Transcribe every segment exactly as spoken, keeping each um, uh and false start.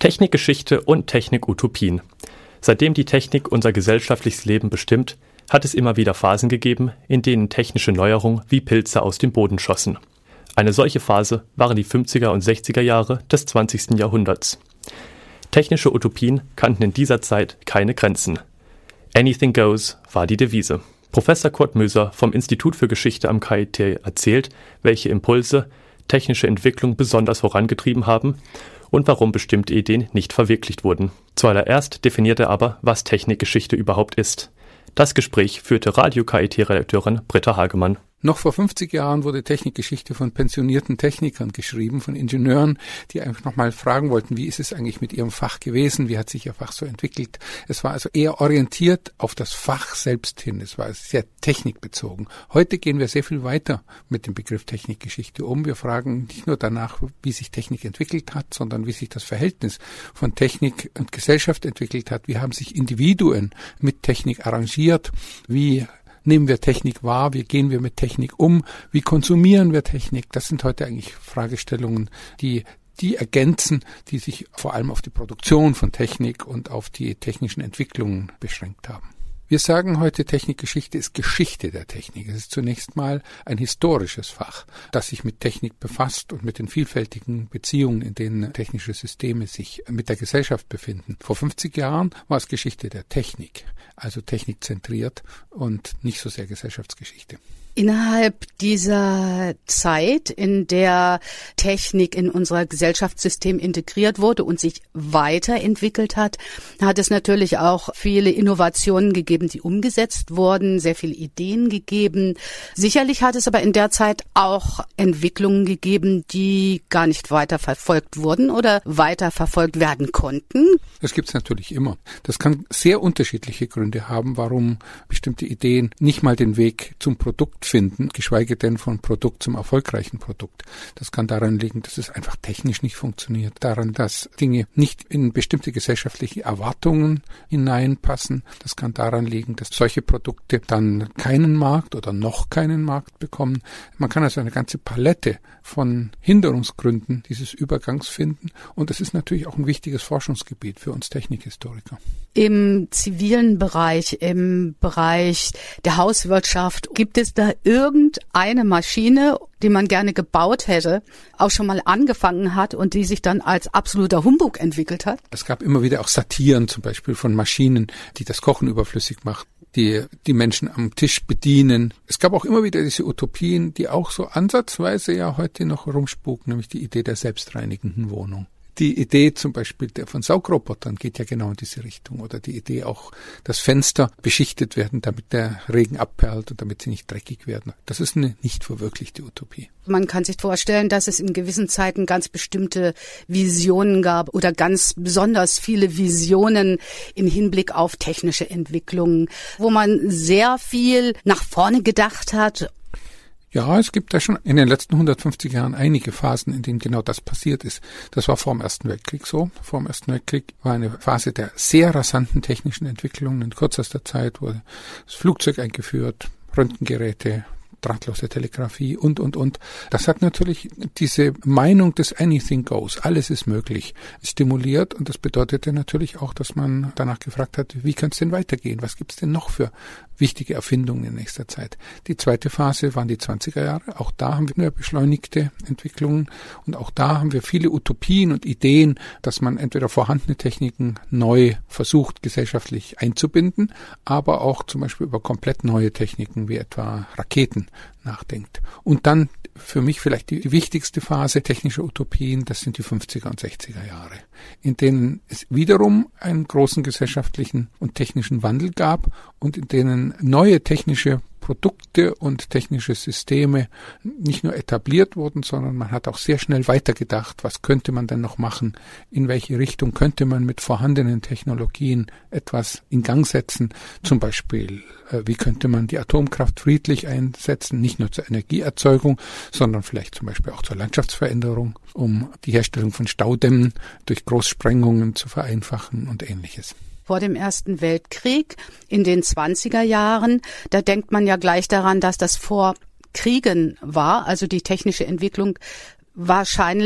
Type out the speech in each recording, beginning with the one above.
Technikgeschichte und Technikutopien. Seitdem die Technik unser gesellschaftliches Leben bestimmt, hat es immer wieder Phasen gegeben, in denen technische Neuerungen wie Pilze aus dem Boden schossen. Eine solche Phase waren die fünfziger und sechziger Jahre des zwanzigsten Jahrhunderts. Technische Utopien kannten in dieser Zeit keine Grenzen. Anything goes war die Devise. Professor Kurt Moeser vom Institut für Geschichte am K I T erzählt, welche Impulse technische Entwicklung besonders vorangetrieben haben und warum bestimmte Ideen nicht verwirklicht wurden. Zuallererst definiert er aber, was Technikgeschichte überhaupt ist. Das Gespräch führte Radio-K I T-Redakteurin Britta Hagemann. Noch vor fünfzig Jahren wurde Technikgeschichte von pensionierten Technikern geschrieben, von Ingenieuren, die einfach nochmal fragen wollten, wie ist es eigentlich mit ihrem Fach gewesen, wie hat sich ihr Fach so entwickelt. Es war also eher orientiert auf das Fach selbst hin, es war sehr technikbezogen. Heute gehen wir sehr viel weiter mit dem Begriff Technikgeschichte um. Wir fragen nicht nur danach, wie sich Technik entwickelt hat, sondern wie sich das Verhältnis von Technik und Gesellschaft entwickelt hat. Wie haben sich Individuen mit Technik arrangiert, wie nehmen wir Technik wahr, wie gehen wir mit Technik um, wie konsumieren wir Technik? Das sind heute eigentlich Fragestellungen, die die ergänzen, die sich vor allem auf die Produktion von Technik und auf die technischen Entwicklungen beschränkt haben. Wir sagen heute, Technikgeschichte ist Geschichte der Technik. Es ist zunächst mal ein historisches Fach, das sich mit Technik befasst und mit den vielfältigen Beziehungen, in denen technische Systeme sich mit der Gesellschaft befinden. Vor fünfzig Jahren war es Geschichte der Technik, also technikzentriert und nicht so sehr Gesellschaftsgeschichte. Innerhalb dieser Zeit, in der Technik in unser Gesellschaftssystem integriert wurde und sich weiterentwickelt hat, hat es natürlich auch viele Innovationen gegeben, die umgesetzt wurden, sehr viele Ideen gegeben. Sicherlich hat es aber in der Zeit auch Entwicklungen gegeben, die gar nicht weiter verfolgt wurden oder weiter verfolgt werden konnten. Das gibt es natürlich immer. Das kann sehr unterschiedliche Gründe haben, warum bestimmte Ideen nicht mal den Weg zum Produkt finden, geschweige denn von Produkt zum erfolgreichen Produkt. Das kann daran liegen, dass es einfach technisch nicht funktioniert, daran, dass Dinge nicht in bestimmte gesellschaftliche Erwartungen hineinpassen. Das kann daran liegen, dass solche Produkte dann keinen Markt oder noch keinen Markt bekommen. Man kann also eine ganze Palette von Hinderungsgründen dieses Übergangs finden und das ist natürlich auch ein wichtiges Forschungsgebiet für uns Technikhistoriker. Im zivilen Bereich, im Bereich der Hauswirtschaft, gibt es da irgendeine Maschine, die man gerne gebaut hätte, auch schon mal angefangen hat und die sich dann als absoluter Humbug entwickelt hat? Es gab immer wieder auch Satiren zum Beispiel von Maschinen, die das Kochen überflüssig machen, die die Menschen am Tisch bedienen. Es gab auch immer wieder diese Utopien, die auch so ansatzweise ja heute noch rumspuken, nämlich die Idee der selbstreinigenden Wohnung. Die Idee zum Beispiel der von Saugrobotern geht ja genau in diese Richtung. Oder die Idee auch, dass Fenster beschichtet werden, damit der Regen abperlt und damit sie nicht dreckig werden. Das ist eine nicht verwirklichte Utopie. Man kann sich vorstellen, dass es in gewissen Zeiten ganz bestimmte Visionen gab oder ganz besonders viele Visionen im Hinblick auf technische Entwicklungen, wo man sehr viel nach vorne gedacht hat. Ja, es gibt da schon in den letzten hundertfünfzig Jahren einige Phasen, in denen genau das passiert ist. Das war vor dem Ersten Weltkrieg so. Vor dem Ersten Weltkrieg war eine Phase der sehr rasanten technischen Entwicklungen. In kürzester Zeit wurde das Flugzeug eingeführt, Röntgengeräte, drahtlose Telegrafie und, und, und. Das hat natürlich diese Meinung des Anything goes, alles ist möglich, stimuliert und das bedeutete natürlich auch, dass man danach gefragt hat, wie kann es denn weitergehen? Was gibt es denn noch für wichtige Erfindungen in nächster Zeit? Die zweite Phase waren die zwanziger Jahre. Auch da haben wir beschleunigte Entwicklungen und auch da haben wir viele Utopien und Ideen, dass man entweder vorhandene Techniken neu versucht, gesellschaftlich einzubinden, aber auch zum Beispiel über komplett neue Techniken wie etwa Raketen nachdenkt. Und dann für mich vielleicht die, die wichtigste Phase technischer Utopien, das sind die fünfziger und sechziger Jahre, in denen es wiederum einen großen gesellschaftlichen und technischen Wandel gab und in denen neue technische Produkte und technische Systeme nicht nur etabliert wurden, sondern man hat auch sehr schnell weitergedacht, was könnte man denn noch machen, in welche Richtung könnte man mit vorhandenen Technologien etwas in Gang setzen, zum Beispiel, äh, wie könnte man die Atomkraft friedlich einsetzen, nicht nur zur Energieerzeugung, sondern vielleicht zum Beispiel auch zur Landschaftsveränderung, um die Herstellung von Staudämmen durch Großsprengungen zu vereinfachen und Ähnliches. Vor dem Ersten Weltkrieg in den zwanziger Jahren, da denkt man ja gleich daran, dass das vor Kriegen war, also die technische Entwicklung wahrscheinlich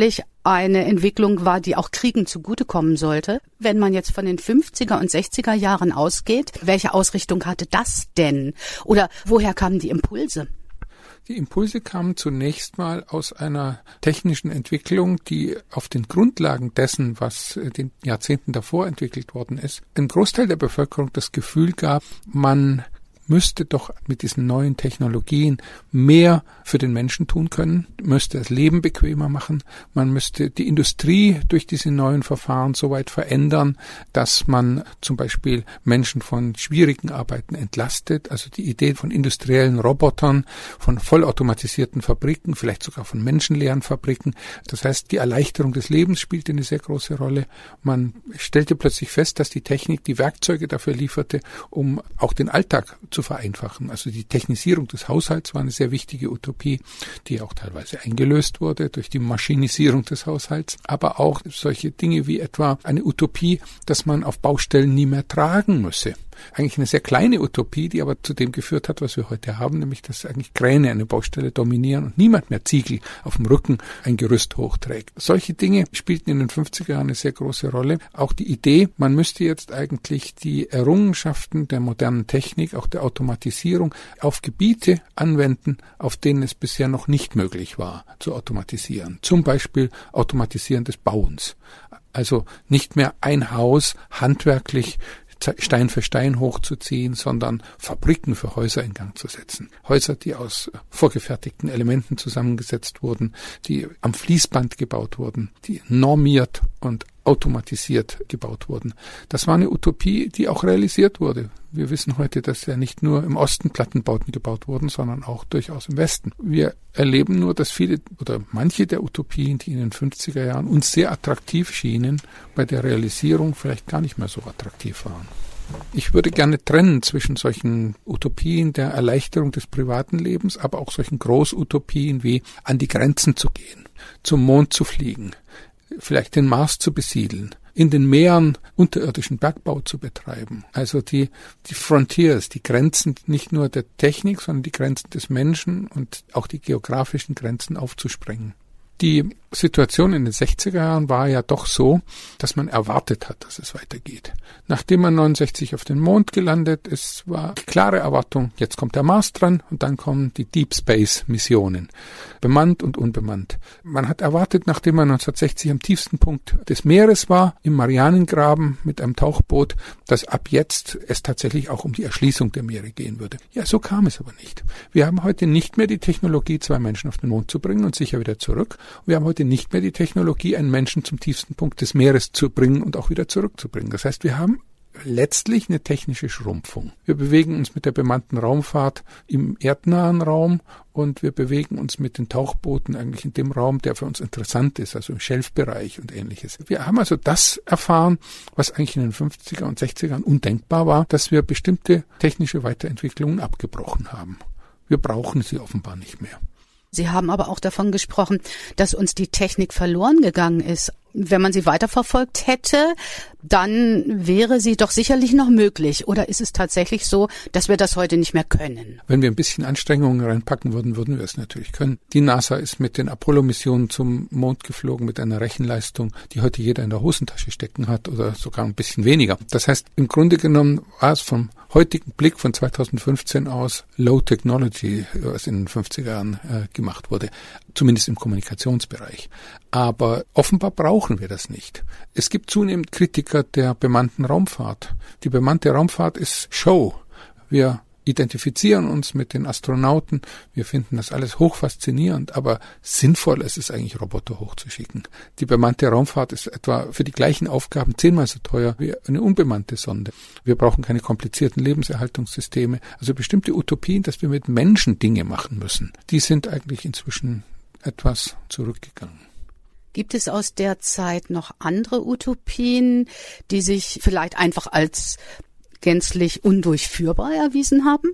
eine Entwicklung war, die auch Kriegen zugutekommen sollte. Wenn man jetzt von den fünfziger und sechziger Jahren ausgeht, welche Ausrichtung hatte das denn? Oder woher kamen die Impulse? Die Impulse kamen zunächst mal aus einer technischen Entwicklung, die auf den Grundlagen dessen, was in den Jahrzehnten davor entwickelt worden ist, ein Großteil der Bevölkerung das Gefühl gab, man müsste doch mit diesen neuen Technologien mehr für den Menschen tun können, müsste das Leben bequemer machen, man müsste die Industrie durch diese neuen Verfahren so weit verändern, dass man zum Beispiel Menschen von schwierigen Arbeiten entlastet, also die Idee von industriellen Robotern, von vollautomatisierten Fabriken, vielleicht sogar von menschenleeren Fabriken. Das heißt, die Erleichterung des Lebens spielte eine sehr große Rolle. Man stellte plötzlich fest, dass die Technik die Werkzeuge dafür lieferte, um auch den Alltag zu vereinfachen. Also die Technisierung des Haushalts war eine sehr wichtige Utopie, die auch teilweise eingelöst wurde durch die Maschinisierung des Haushalts, aber auch solche Dinge wie etwa eine Utopie, dass man auf Baustellen nie mehr tragen müsse. Eigentlich eine sehr kleine Utopie, die aber zu dem geführt hat, was wir heute haben, nämlich dass eigentlich Kräne eine Baustelle dominieren und niemand mehr Ziegel auf dem Rücken ein Gerüst hochträgt. Solche Dinge spielten in den fünfziger Jahren eine sehr große Rolle. Auch die Idee, man müsste jetzt eigentlich die Errungenschaften der modernen Technik, auch der Automatisierung, auf Gebiete anwenden, auf denen es bisher noch nicht möglich war zu automatisieren. Zum Beispiel Automatisieren des Bauens. Also nicht mehr ein Haus handwerklich Stein für Stein hochzuziehen, sondern Fabriken für Häuser in Gang zu setzen. Häuser, die aus vorgefertigten Elementen zusammengesetzt wurden, die am Fließband gebaut wurden, die normiert und automatisiert gebaut wurden. Das war eine Utopie, die auch realisiert wurde. Wir wissen heute, dass ja nicht nur im Osten Plattenbauten gebaut wurden, sondern auch durchaus im Westen. Wir erleben nur, dass viele oder manche der Utopien, die in den fünfziger Jahren uns sehr attraktiv schienen, bei der Realisierung vielleicht gar nicht mehr so attraktiv waren. Ich würde gerne trennen zwischen solchen Utopien der Erleichterung des privaten Lebens, aber auch solchen Großutopien wie an die Grenzen zu gehen, zum Mond zu fliegen, vielleicht den Mars zu besiedeln, in den Meeren unterirdischen Bergbau zu betreiben. Also die, die Frontiers, die Grenzen nicht nur der Technik, sondern die Grenzen des Menschen und auch die geografischen Grenzen aufzusprengen. Die Situation in den sechziger Jahren war ja doch so, dass man erwartet hat, dass es weitergeht. Nachdem man neunundsechzig auf den Mond gelandet ist, war die klare Erwartung, jetzt kommt der Mars dran und dann kommen die Deep Space Missionen, bemannt und unbemannt. Man hat erwartet, nachdem man neunzehnhundertsechzig am tiefsten Punkt des Meeres war, im Marianengraben mit einem Tauchboot, dass ab jetzt es tatsächlich auch um die Erschließung der Meere gehen würde. Ja, so kam es aber nicht. Wir haben heute nicht mehr die Technologie, zwei Menschen auf den Mond zu bringen und sicher wieder zurück. Wir haben heute nicht mehr die Technologie, einen Menschen zum tiefsten Punkt des Meeres zu bringen und auch wieder zurückzubringen. Das heißt, wir haben letztlich eine technische Schrumpfung. Wir bewegen uns mit der bemannten Raumfahrt im erdnahen Raum und wir bewegen uns mit den Tauchbooten eigentlich in dem Raum, der für uns interessant ist, also im Schelfbereich und Ähnliches. Wir haben also das erfahren, was eigentlich in den fünfziger und sechzigern undenkbar war, dass wir bestimmte technische Weiterentwicklungen abgebrochen haben. Wir brauchen sie offenbar nicht mehr. Sie haben aber auch davon gesprochen, dass uns die Technik verloren gegangen ist. Wenn man sie weiterverfolgt hätte, dann wäre sie doch sicherlich noch möglich. Oder ist es tatsächlich so, dass wir das heute nicht mehr können? Wenn wir ein bisschen Anstrengungen reinpacken würden, würden wir es natürlich können. Die NASA ist mit den Apollo-Missionen zum Mond geflogen mit einer Rechenleistung, die heute jeder in der Hosentasche stecken hat oder sogar ein bisschen weniger. Das heißt, im Grunde genommen war es vom heutigen Blick von zweitausendfünfzehn aus Low Technology, was in den fünfziger Jahren äh, gemacht wurde, zumindest im Kommunikationsbereich. Aber offenbar brauchen wir das nicht. Es gibt zunehmend Kritiker der bemannten Raumfahrt. Die bemannte Raumfahrt ist Show. Wir identifizieren uns mit den Astronauten. Wir finden das alles hochfaszinierend, aber sinnvoll ist es eigentlich, Roboter hochzuschicken. Die bemannte Raumfahrt ist etwa für die gleichen Aufgaben zehnmal so teuer wie eine unbemannte Sonde. Wir brauchen keine komplizierten Lebenserhaltungssysteme. Also bestimmte Utopien, dass wir mit Menschen Dinge machen müssen, die sind eigentlich inzwischen etwas zurückgegangen. Gibt es aus der Zeit noch andere Utopien, die sich vielleicht einfach als gänzlich undurchführbar erwiesen haben?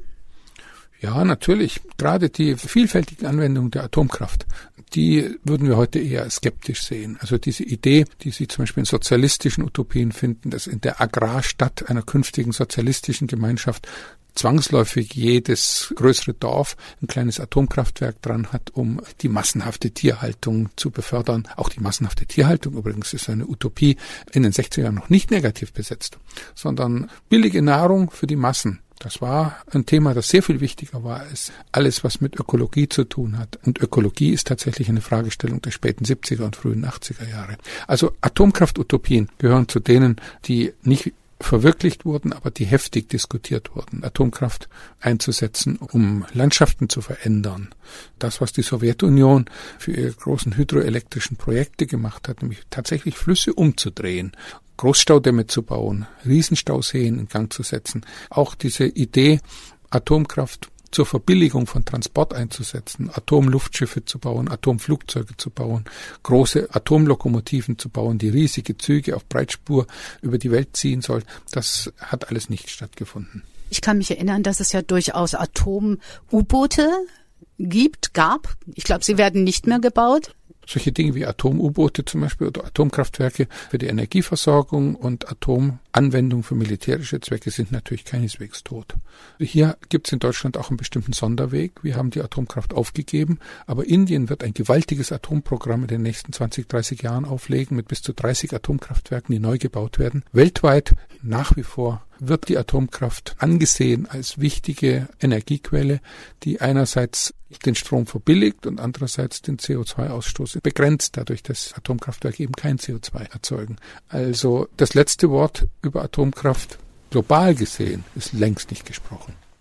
Ja, natürlich. Gerade die vielfältigen Anwendungen der Atomkraft, die würden wir heute eher skeptisch sehen. Also diese Idee, die Sie zum Beispiel in sozialistischen Utopien finden, dass in der Agrarstadt einer künftigen sozialistischen Gemeinschaft zwangsläufig jedes größere Dorf ein kleines Atomkraftwerk dran hat, um die massenhafte Tierhaltung zu befördern. Auch die massenhafte Tierhaltung übrigens ist eine Utopie, in den sechziger Jahren noch nicht negativ besetzt, sondern billige Nahrung für die Massen. Das war ein Thema, das sehr viel wichtiger war als alles, was mit Ökologie zu tun hat. Und Ökologie ist tatsächlich eine Fragestellung der späten siebziger und frühen achtziger Jahre. Also Atomkraftutopien gehören zu denen, die nicht verwirklicht wurden, aber die heftig diskutiert wurden. Atomkraft einzusetzen, um Landschaften zu verändern. Das, was die Sowjetunion für ihre großen hydroelektrischen Projekte gemacht hat, nämlich tatsächlich Flüsse umzudrehen, Großstaudämme zu bauen, Riesenstauseen in Gang zu setzen. Auch diese Idee, Atomkraft zur Verbilligung von Transport einzusetzen, Atomluftschiffe zu bauen, Atomflugzeuge zu bauen, große Atomlokomotiven zu bauen, die riesige Züge auf Breitspur über die Welt ziehen soll, das hat alles nicht stattgefunden. Ich kann mich erinnern, dass es ja durchaus Atom-U-Boote gibt, gab. Ich glaube, sie werden nicht mehr gebaut. Solche Dinge wie Atom-U-Boote zum Beispiel oder Atomkraftwerke für die Energieversorgung und Atomanwendung für militärische Zwecke sind natürlich keineswegs tot. Hier gibt es in Deutschland auch einen bestimmten Sonderweg. Wir haben die Atomkraft aufgegeben, aber Indien wird ein gewaltiges Atomprogramm in den nächsten zwanzig, dreißig Jahren auflegen mit bis zu dreißig Atomkraftwerken, die neu gebaut werden. Weltweit nach wie vor wird die Atomkraft angesehen als wichtige Energiequelle, die einerseits den Strom verbilligt und andererseits den C O zwei Ausstoß begrenzt, dadurch, dass Atomkraftwerke eben kein C O zwei erzeugen. Also das letzte Wort über Atomkraft global gesehen ist längst nicht gesprochen.